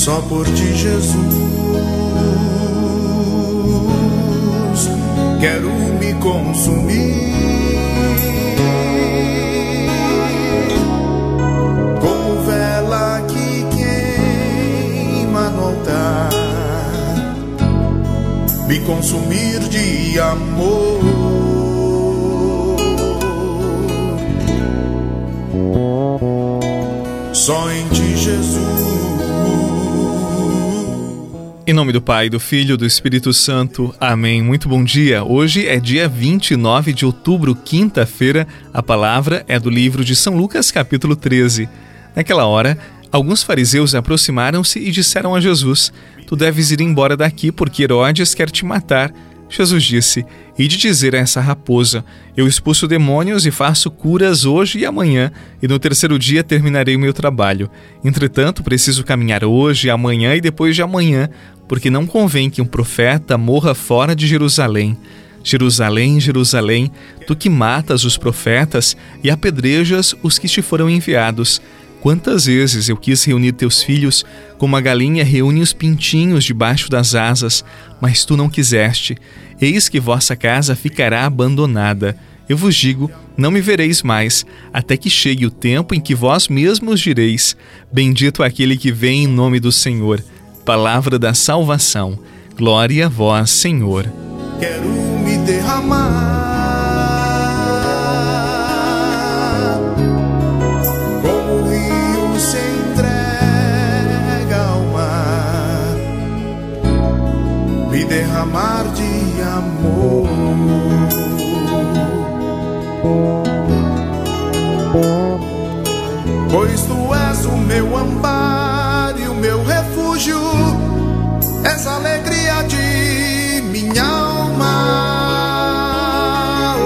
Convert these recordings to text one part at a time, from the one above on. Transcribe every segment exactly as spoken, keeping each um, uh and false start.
Só por ti, Jesus, quero me consumir como vela que queima no altar, me consumir de amor. Só em ti, Jesus. Em nome do Pai, do Filho e do Espírito Santo. Amém. Muito bom dia. Hoje é dia vinte e nove de outubro, quinta-feira. A palavra é do livro de São Lucas, capítulo treze. Naquela hora, alguns fariseus aproximaram-se e disseram a Jesus: Tu deves ir embora daqui, porque Herodes quer te matar. Jesus disse: Ide dizer a essa raposa: Eu expulso demônios e faço curas hoje e amanhã, e no terceiro dia terminarei o meu trabalho. Entretanto, preciso caminhar hoje, amanhã e depois de amanhã, porque não convém que um profeta morra fora de Jerusalém. Jerusalém, Jerusalém, tu que matas os profetas e apedrejas os que te foram enviados. Quantas vezes eu quis reunir teus filhos, como a galinha reúne os pintinhos debaixo das asas, mas tu não quiseste. Eis que vossa casa ficará abandonada. Eu vos digo, não me vereis mais, até que chegue o tempo em que vós mesmos direis: Bendito aquele que vem em nome do Senhor. Palavra da salvação. Glória a vós, Senhor. Quero me derramar como o rio se entrega ao mar, me derramar de amor. Pois tu és o meu amparo e o meu refúgio, és a alegria de minha alma.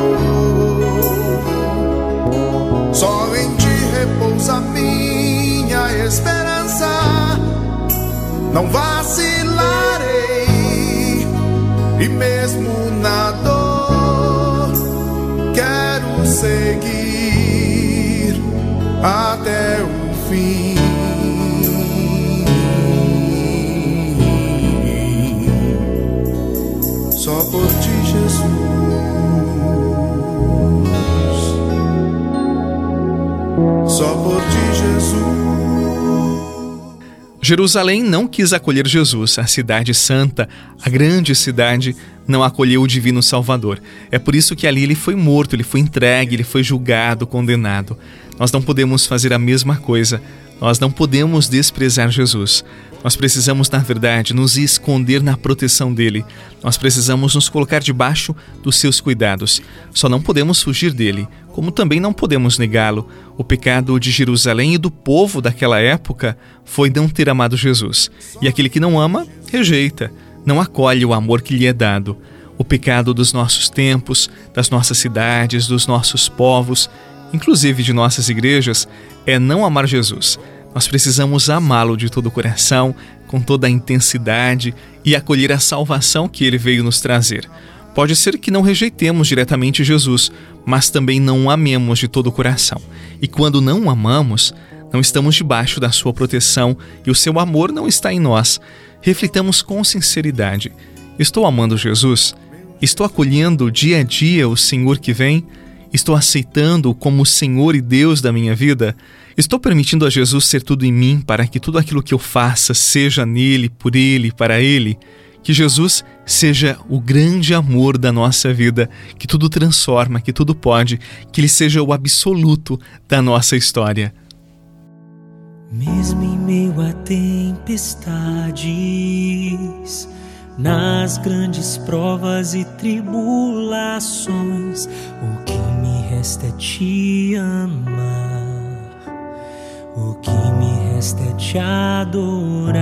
Só em ti repousa minha esperança, não vacilarei, e mesmo na dor quero seguir até o fim. Só por ti, Jesus. Só por ti, Jesus. Jerusalém não quis acolher Jesus. A cidade santa, a grande cidade, não acolheu o divino Salvador. É por isso que ali ele foi morto, ele foi entregue, ele foi julgado, condenado. Nós não podemos fazer a mesma coisa. Nós não podemos desprezar Jesus. Nós precisamos, na verdade, nos esconder na proteção dele. Nós precisamos nos colocar debaixo dos seus cuidados. Só não podemos fugir dele, como também não podemos negá-lo. O pecado de Jerusalém e do povo daquela época foi não ter amado Jesus. E aquele que não ama, rejeita, não acolhe o amor que lhe é dado. O pecado dos nossos tempos, das nossas cidades, dos nossos povos, inclusive de nossas igrejas, é não amar Jesus. Nós precisamos amá-lo de todo o coração, com toda a intensidade e acolher a salvação que ele veio nos trazer. Pode ser que não rejeitemos diretamente Jesus, mas também não o amemos de todo o coração. E quando não o amamos, não estamos debaixo da sua proteção e o seu amor não está em nós. Reflitamos com sinceridade: estou amando Jesus? Estou acolhendo dia a dia o Senhor que vem? Estou aceitando-o como o Senhor e Deus da minha vida? Estou permitindo a Jesus ser tudo em mim para que tudo aquilo que eu faça seja nele, por ele, para ele? Que Jesus seja o grande amor da nossa vida, que tudo transforma, que tudo pode, que ele seja o absoluto da nossa história. Mesmo em meio a tempestades, nas grandes provas e tribulações, o que me resta é te amar. O que me resta é te adorar.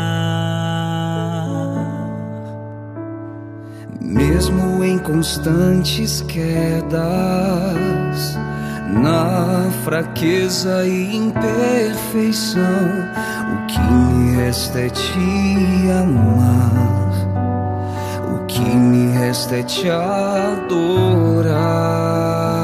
Mesmo em constantes quedas, na fraqueza e imperfeição, o que me resta é te amar. O que me resta é te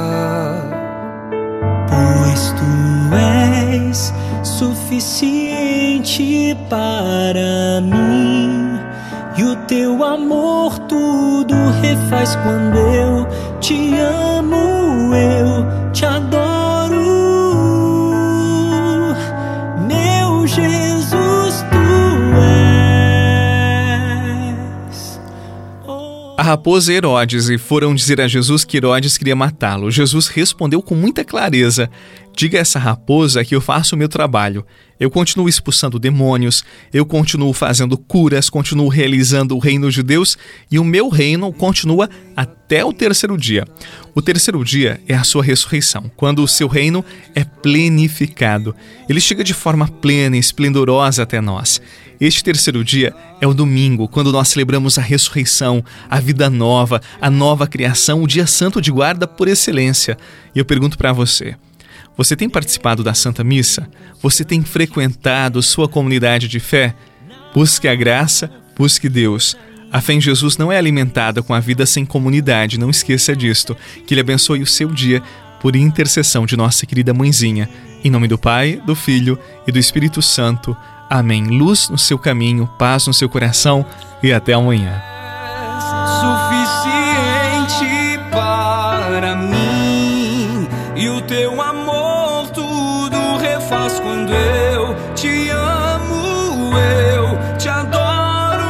adorar. Pois tu és suficiente suficiente para mim, e o teu amor tudo refaz. Quando eu te amo, eu te adoro, meu Jesus, tu és. Oh. A raposa e Herodes e foram dizer a Jesus que Herodes queria matá-lo. Jesus respondeu com muita clareza: diga a essa raposa que eu faço o meu trabalho. Eu continuo expulsando demônios, eu continuo fazendo curas, continuo realizando o reino de Deus, e o meu reino continua até o terceiro dia. O terceiro dia é a sua ressurreição, quando o seu reino é plenificado. Ele chega de forma plena e esplendorosa até nós. Este terceiro dia é o domingo, quando nós celebramos a ressurreição, a vida nova, a nova criação, o dia santo de guarda por excelência. E eu pergunto para você: você tem participado da Santa Missa? Você tem frequentado sua comunidade de fé? Busque a graça, busque Deus. A fé em Jesus não é alimentada com a vida sem comunidade, não esqueça disto. Que Ele abençoe o seu dia por intercessão de nossa querida mãezinha. Em nome do Pai, do Filho e do Espírito Santo. Amém. Luz no seu caminho, paz no seu coração e até amanhã. Suficiente para mim, e o teu amor tudo refaz. Quando eu te amo, eu te adoro,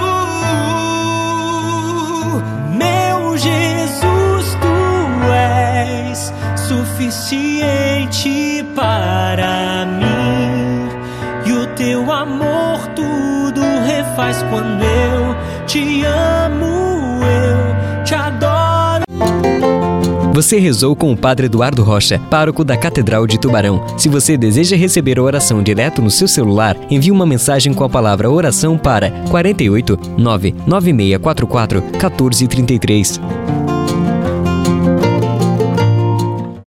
Meu Jesus, tu és suficiente para mim, e o teu amor tudo refaz. Quando eu te amo, eu te adoro. Você rezou com o Padre Eduardo Rocha, pároco da Catedral de Tubarão. Se você deseja receber a oração direto no seu celular, envie uma mensagem com a palavra oração para quarenta e oito, nove nove seis quatro quatro, um quatro três três.